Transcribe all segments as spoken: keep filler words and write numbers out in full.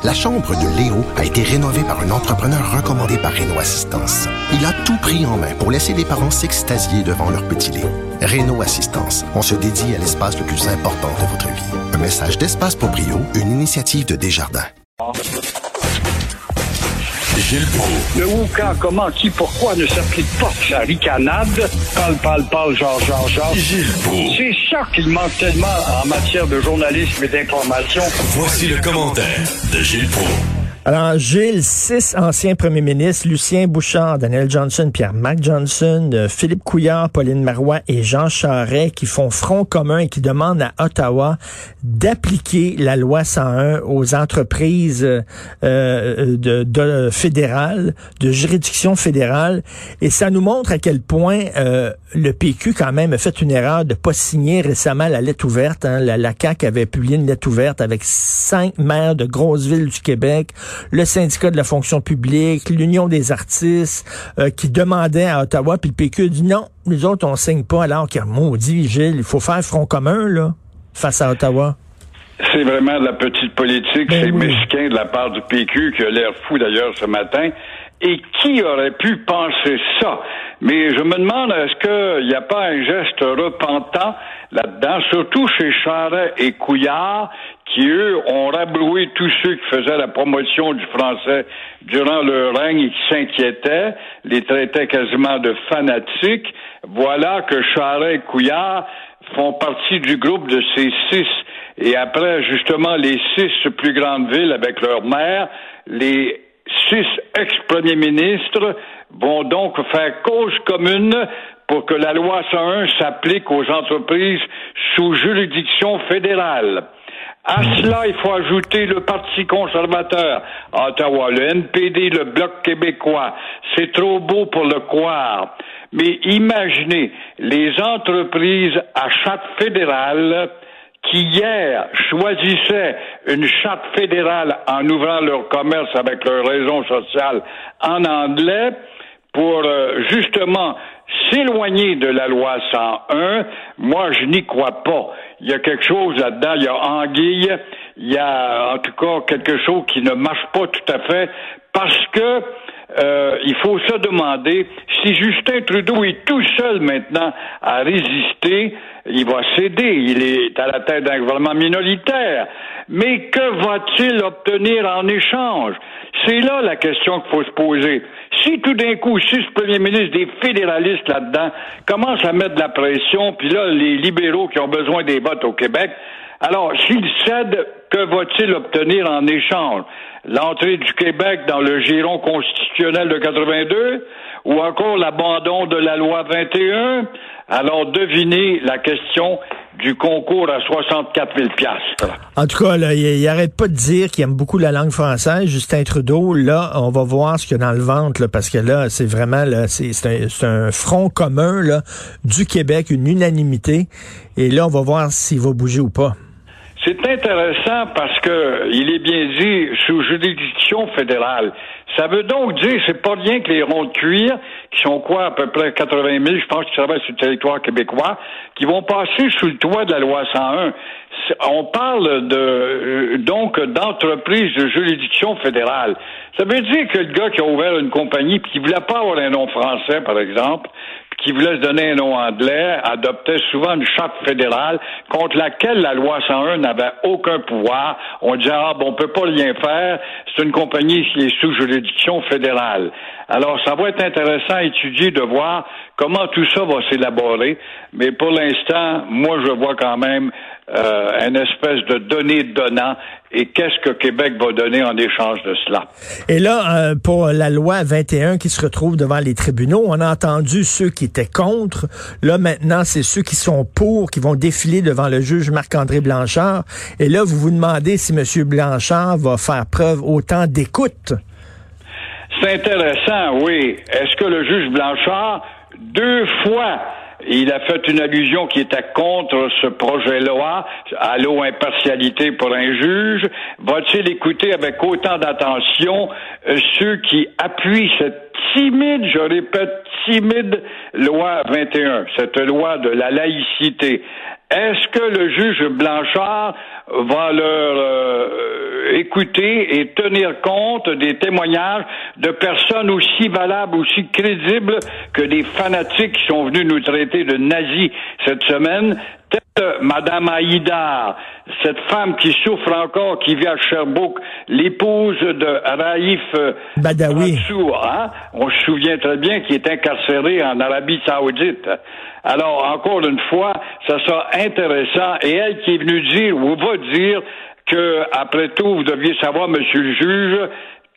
La chambre de Léo a été rénovée par un entrepreneur recommandé par Renault Assistance. Il a tout pris en main pour laisser les parents s'extasier devant leur petit Léo. Renault Assistance, on se dédie à l'espace le plus important de votre vie. Un message d'Espace pour Brio, une initiative de Desjardins. Gilles Proulx. Le où, quand, comment, qui, pourquoi ne s'applique pas la ricanade. Parle, parle, parle, genre, genre, genre. Gilles Proulx. C'est ça qu'il manque tellement en matière de journalisme et d'information. Voici le commentaire de Gilles Proulx. Alors, Gilles, six anciens premiers ministres, Lucien Bouchard, Daniel Johnson, Pierre-Marc Johnson, euh, Philippe Couillard, Pauline Marois et Jean Charest qui font front commun et qui demandent à Ottawa d'appliquer la loi cent un aux entreprises euh, de, de fédérales, de juridiction fédérale. Et ça nous montre à quel point euh, le P Q, quand même, a fait une erreur de pas signer récemment la lettre ouverte. Hein. La, la C A Q avait publié une lettre ouverte avec cinq maires de grosses villes du Québec, le syndicat de la fonction publique, l'Union des artistes, euh, qui demandaient à Ottawa, puis le P Q a dit non, nous autres, on signe pas, alors qu'il a maudit, Gilles, il faut faire front commun, là, face à Ottawa. C'est vraiment de la petite politique, ben c'est oui. mesquin de la part du P Q, qui a l'air fou d'ailleurs ce matin. Et qui aurait pu penser ça? Mais je me demande, est-ce qu'il n'y a pas un geste repentant là-dedans, surtout chez Charest et Couillard, qui, eux, ont rabroué tous ceux qui faisaient la promotion du français durant leur règne et qui s'inquiétaient, les traitaient quasiment de fanatiques. Voilà que Charest et Couillard font partie du groupe de ces six. Et après, justement, les six plus grandes villes avec leur maire, les six ex-premiers ministres vont donc faire cause commune pour que la loi cent un s'applique aux entreprises sous juridiction fédérale. À cela, il faut ajouter le Parti conservateur à Ottawa, le N P D, le Bloc québécois. C'est trop beau pour le croire. Mais imaginez les entreprises à charte fédérale qui hier choisissaient une charte fédérale en ouvrant leur commerce avec leur raison sociale en anglais pour euh, justement s'éloigner de la loi cent un. Moi, je n'y crois pas. Il y a quelque chose là-dedans, il y a anguille, il y a en tout cas quelque chose qui ne marche pas tout à fait parce que Euh, il faut se demander si Justin Trudeau est tout seul maintenant à résister, il va céder, il est à la tête d'un gouvernement minoritaire. Mais que va-t-il obtenir en échange? C'est là la question qu'il faut se poser. Si tout d'un coup, six premiers ministres, des fédéralistes là-dedans, commencent à mettre de la pression, puis là, les libéraux qui ont besoin des votes au Québec, alors, s'il cède, que va-t-il obtenir en échange? L'entrée du Québec dans le giron constitutionnel de quatre-vingt-deux ou encore l'abandon de la loi vingt et un? Alors, devinez la question du concours à soixante-quatre mille piastres. En tout cas, là, il, il arrête pas de dire qu'il aime beaucoup la langue française, Justin Trudeau. Là, on va voir ce qu'il y a dans le ventre, là, parce que là, c'est vraiment là, c'est, c'est, un, c'est un front commun là, du Québec, une unanimité. Et là, on va voir s'il va bouger ou pas. C'est intéressant parce que il est bien dit sous juridiction fédérale. Ça veut donc dire, c'est pas rien que les ronds de cuir, qui sont quoi, à peu près quatre-vingt mille, je pense, qui travaillent sur le territoire québécois, qui vont passer sous le toit de la loi cent un. On parle de euh, donc d'entreprise de juridiction fédérale. Ça veut dire que le gars qui a ouvert une compagnie puis qui voulait pas avoir un nom français, par exemple, qui voulait se donner un nom anglais, adoptait souvent une charte fédérale contre laquelle la loi cent un n'avait aucun pouvoir. On disait, ah, bon, on peut pas rien faire, c'est une compagnie qui est sous juridiction fédérale. Alors, ça va être intéressant à étudier, de voir comment tout ça va s'élaborer, mais pour l'instant, moi, je vois quand même euh, une espèce de donner-donnant. Et qu'est-ce que Québec va donner en échange de cela? Et là, euh, pour la loi vingt et un qui se retrouve devant les tribunaux, on a entendu ceux qui étaient contre. Là, maintenant, c'est ceux qui sont pour, qui vont défiler devant le juge Marc-André Blanchard. Et là, vous vous demandez si M. Blanchard va faire preuve autant d'écoute. C'est intéressant, oui. Est-ce que le juge Blanchard, deux fois, il a fait une allusion qui était contre ce projet-là, à l'eau impartialité pour un juge. Va-t-il écouter avec autant d'attention euh, ceux qui appuient cette timide, je répète, timide loi vingt et un, cette loi de la laïcité? Est-ce que le juge Blanchard va leur euh, écouter et tenir compte des témoignages de personnes aussi valables, aussi crédibles que des fanatiques qui sont venus nous traiter de nazis cette semaine, telle Madame Haïdar, cette femme qui souffre encore, qui vit à Sherbrooke, l'épouse de Raif Badawi. Mansour, hein? On se souvient très bien qu'il est incarcéré en Arabie Saoudite. Alors, encore une fois, ça sera intéressant. Et elle qui est venue dire, ou va dire, que, après tout, vous deviez savoir, monsieur le juge,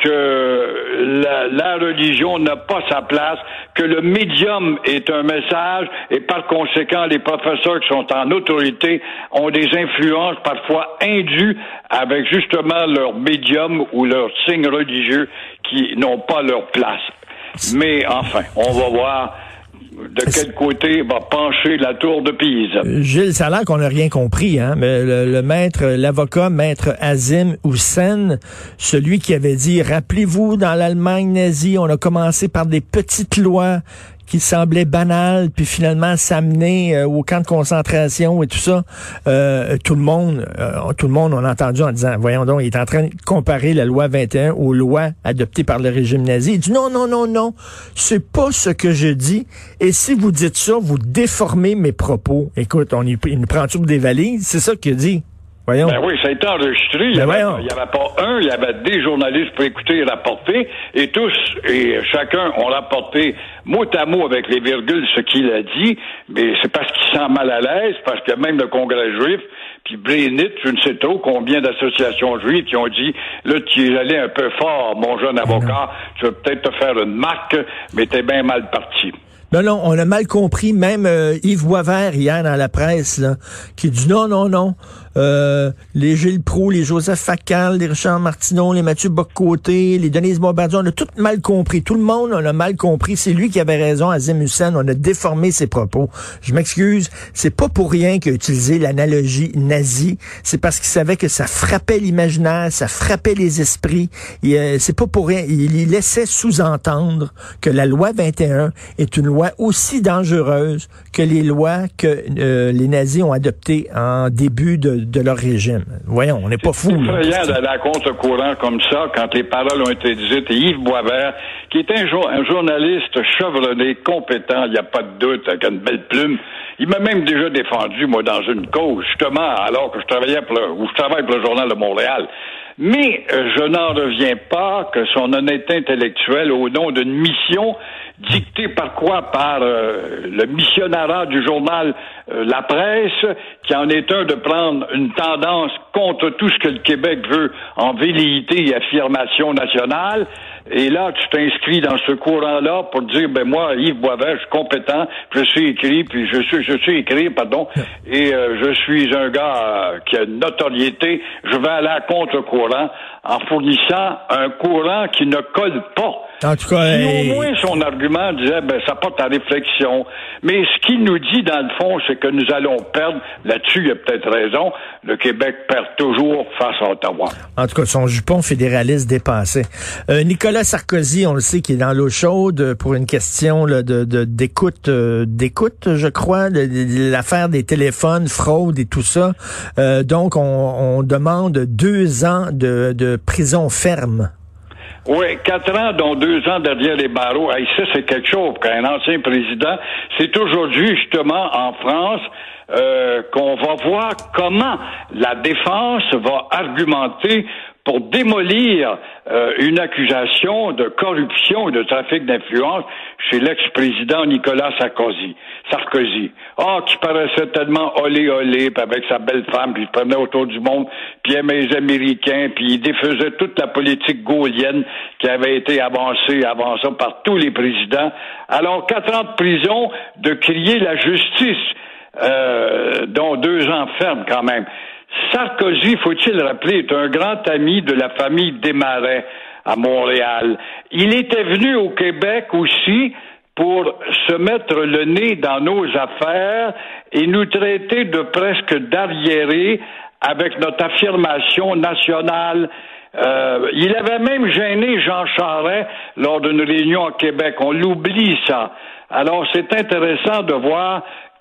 que la, la religion n'a pas sa place, que le médium est un message, et par conséquent, les professeurs qui sont en autorité ont des influences parfois indues avec justement leur médium ou leur signe religieux qui n'ont pas leur place. Mais enfin, on va voir de quel côté va pencher la tour de Pise. Gilles, ça a l'air qu'on n'a rien compris, hein? Mais le, le maître, l'avocat, maître Azim Hussein, celui qui avait dit, rappelez-vous, dans l'Allemagne nazie, on a commencé par des petites lois qui semblaient banales, puis finalement s'amener euh, au camp de concentration et tout ça. Euh, tout le monde, euh, tout le monde, on a entendu en disant, voyons donc, il est en train de comparer la loi vingt et un aux lois adoptées par le régime nazi. Il dit non, non, non, non, c'est pas ce que je dis. Et si vous dites ça, vous déformez mes propos. Écoute, on y, il nous prend tout des valises, c'est ça qu'il a dit. Voyons. Ben oui, ça a été enregistré. Il n'y avait, avait pas un, il y avait des journalistes pour écouter et rapporter, et tous et chacun ont rapporté mot à mot avec les virgules ce qu'il a dit, mais c'est parce qu'il sent mal à l'aise, parce que même le Congrès juif, puis Blénit, je ne sais trop combien d'associations juives qui ont dit, là, tu es allé un peu fort, mon jeune avocat, tu vas peut-être te faire une marque, mais t'es bien mal parti. Non, non, on a mal compris. Même euh, Yves Boisvert, hier, dans la presse, là, qui dit non, non, non. Euh, les Gilles Proulx, les Joseph Facal, les Richard Martineau, les Mathieu Bock-Côté, les Denise Bombardier, on a tout mal compris. Tout le monde, on a mal compris. C'est lui qui avait raison, Azim Hussein. On a déformé ses propos. Je m'excuse. C'est pas pour rien qu'il a utilisé l'analogie nazie. C'est parce qu'il savait que ça frappait l'imaginaire, ça frappait les esprits. Et, euh, c'est pas pour rien. Il, il laissait sous-entendre que la loi vingt et un est une loi aussi dangereuse que les lois que euh, les nazis ont adoptées en début de, de leur régime. Voyons, on n'est pas fous. C'est effrayant d'aller à contre-courant comme ça quand les paroles ont été dites. Et Yves Boisvert, qui est un, jo- un journaliste chevronné, compétent, il n'y a pas de doute, avec une belle plume, il m'a même déjà défendu, moi, dans une cause, justement, alors que je travaillais pour le, ou je travaille pour le Journal de Montréal. Mais euh, je n'en reviens pas que son honnêteté intellectuelle, au nom d'une mission dictée par quoi? Par euh, le missionnarat du journal euh, La Presse, qui en est un de prendre une tendance contre tout ce que le Québec veut en velléité et affirmation nationale. Et là, tu t'inscris dans ce courant-là pour dire, ben moi, Yves Boisvert, je suis compétent, je suis écrit, puis je suis, je suis écrit, pardon, et euh, je suis un gars euh, qui a une notoriété, je vais aller à contre-courant en fournissant un courant qui ne colle pas. En tout cas, si hey... au moins son argument disait, ben ça porte à réflexion. Mais ce qu'il nous dit, dans le fond, c'est que nous allons perdre, là-dessus, il a peut-être raison, le Québec perd toujours face à Ottawa. En tout cas, son jupon fédéraliste dépassé. Euh, Nicolas Sarkozy, on le sait, qui est dans l'eau chaude pour une question là, de, de d'écoute, euh, d'écoute, je crois, de, de, l'affaire des téléphones, fraude et tout ça. Euh, donc, on, on demande deux ans de, de prison ferme. Oui, quatre ans, dont deux ans derrière les barreaux. Hey, ça, c'est quelque chose pour un ancien président. C'est aujourd'hui, justement, en France, euh, qu'on va voir comment la défense va argumenter pour démolir euh, une accusation de corruption et de trafic d'influence chez l'ex-président Nicolas Sarkozy. Sarkozy. Ah, oh, qui paraissait tellement olé olé, puis avec sa belle femme, puis il se promenait autour du monde, puis il aimait les Américains, puis il défaisait toute la politique gaullienne qui avait été avancée avant ça par tous les présidents. Alors, quatre ans de prison, de crier la justice, euh, dont deux ans ferme quand même. Sarkozy, faut-il le rappeler, est un grand ami de la famille Desmarais à Montréal. Il était venu au Québec aussi pour se mettre le nez dans nos affaires et nous traiter de presque d'arriérés avec notre affirmation nationale. Euh, il avait même gêné Jean Charest lors d'une réunion à Québec. On l'oublie, ça. Alors, c'est intéressant de voir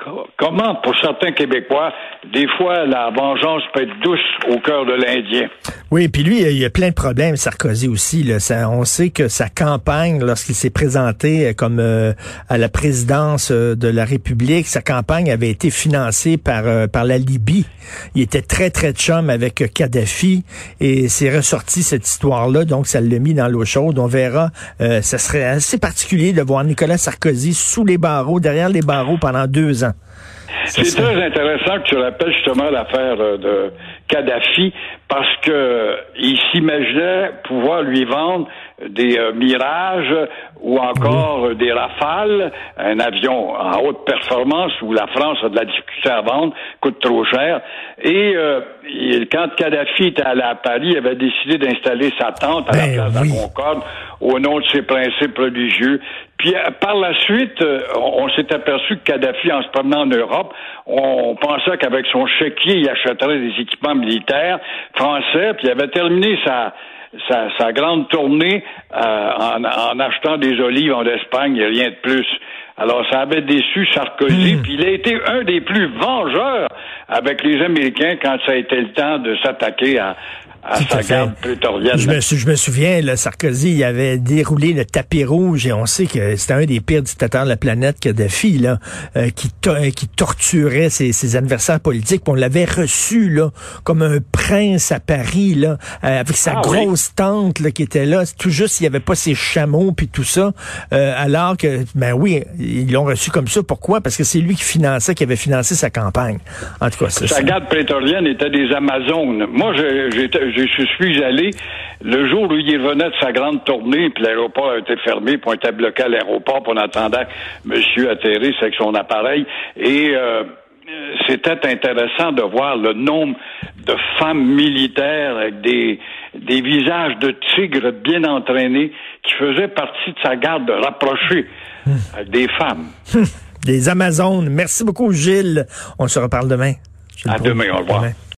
comment, pour certains Québécois, des fois, la vengeance peut être douce au cœur de l'Indien. Oui, puis lui, il y a plein de problèmes, Sarkozy aussi. Là. Ça, on sait que sa campagne, lorsqu'il s'est présenté comme euh, à la présidence euh, de la République, sa campagne avait été financée par euh, par la Libye. Il était très, très chum avec Kadhafi et c'est ressorti cette histoire-là, donc ça l'a mis dans l'eau chaude. On verra, euh, ça serait assez particulier de voir Nicolas Sarkozy sous les barreaux, derrière les barreaux pendant deux ans. C'est serait... très intéressant que tu rappelles justement l'affaire de Kadhafi parce que il s'imaginait pouvoir lui vendre des euh, Mirages ou encore oui. des Rafales, un avion en haute performance où la France a de la difficulté à vendre, coûte trop cher. Et euh, il, quand Kadhafi était allé à Paris, il avait décidé d'installer sa tente à ben la place oui. de la Concorde au nom de ses principes religieux. Puis par la suite, on, on s'est aperçu que Kadhafi, en se promenant en Europe, on pensait qu'avec son chéquier, il achèterait des équipements militaires français, puis il avait terminé sa sa, sa grande tournée euh, en, en achetant des olives en Espagne, et rien de plus. Alors, ça avait déçu Sarkozy, mmh. puis il a été un des plus vengeurs avec les Américains quand ça a été le temps de s'attaquer à à Tout sa à garde prétorienne. Je me, je me souviens, là, Sarkozy, il avait déroulé le tapis rouge et on sait que c'était un des pires dictateurs de la planète, Kadhafi, là, euh, qui, to- qui torturait ses, ses adversaires politiques. Puis on l'avait reçu là comme un prince à Paris, là, euh, avec sa ah, grosse oui. tante là, qui était là. Tout juste, il n'y avait pas ses chameaux puis tout ça. Euh, alors que, ben oui, ils l'ont reçu comme ça. Pourquoi? Parce que c'est lui qui finançait, qui avait financé sa campagne. En tout cas, c'est sa ça. garde prétorienne était des Amazones. Moi, j'ai, j'étais je suis allé le jour où il revenait de sa grande tournée, puis l'aéroport a été fermé, puis on était bloqué à l'aéroport, puis on attendait que monsieur atterrisse avec son appareil. Et euh, c'était intéressant de voir le nombre de femmes militaires avec des, des visages de tigres bien entraînés qui faisaient partie de sa garde rapprochée hum. avec des femmes. Des Amazones. Merci beaucoup, Gilles. On se reparle demain. À demain, au revoir. Demain.